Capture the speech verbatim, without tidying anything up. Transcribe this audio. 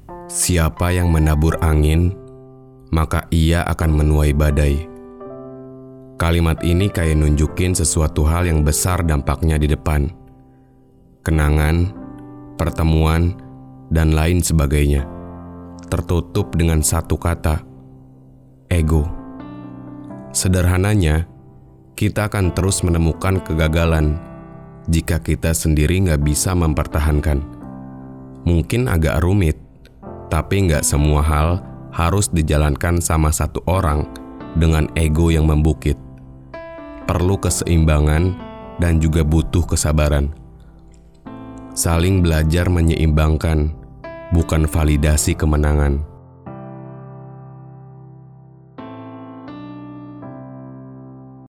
Siapa yang menabur angin, maka ia akan menuai badai. Kalimat ini kayak nunjukin sesuatu hal yang besar dampaknya di depan. Kenangan, pertemuan, dan lain sebagainya. Tertutup dengan satu kata, ego. Sederhananya, kita akan terus menemukan kegagalan jika kita sendiri nggak bisa mempertahankan. Mungkin agak rumit, tapi nggak semua hal harus dijalankan sama satu orang dengan ego yang membukit. Perlu keseimbangan dan juga butuh kesabaran. Saling belajar menyeimbangkan, bukan validasi kemenangan.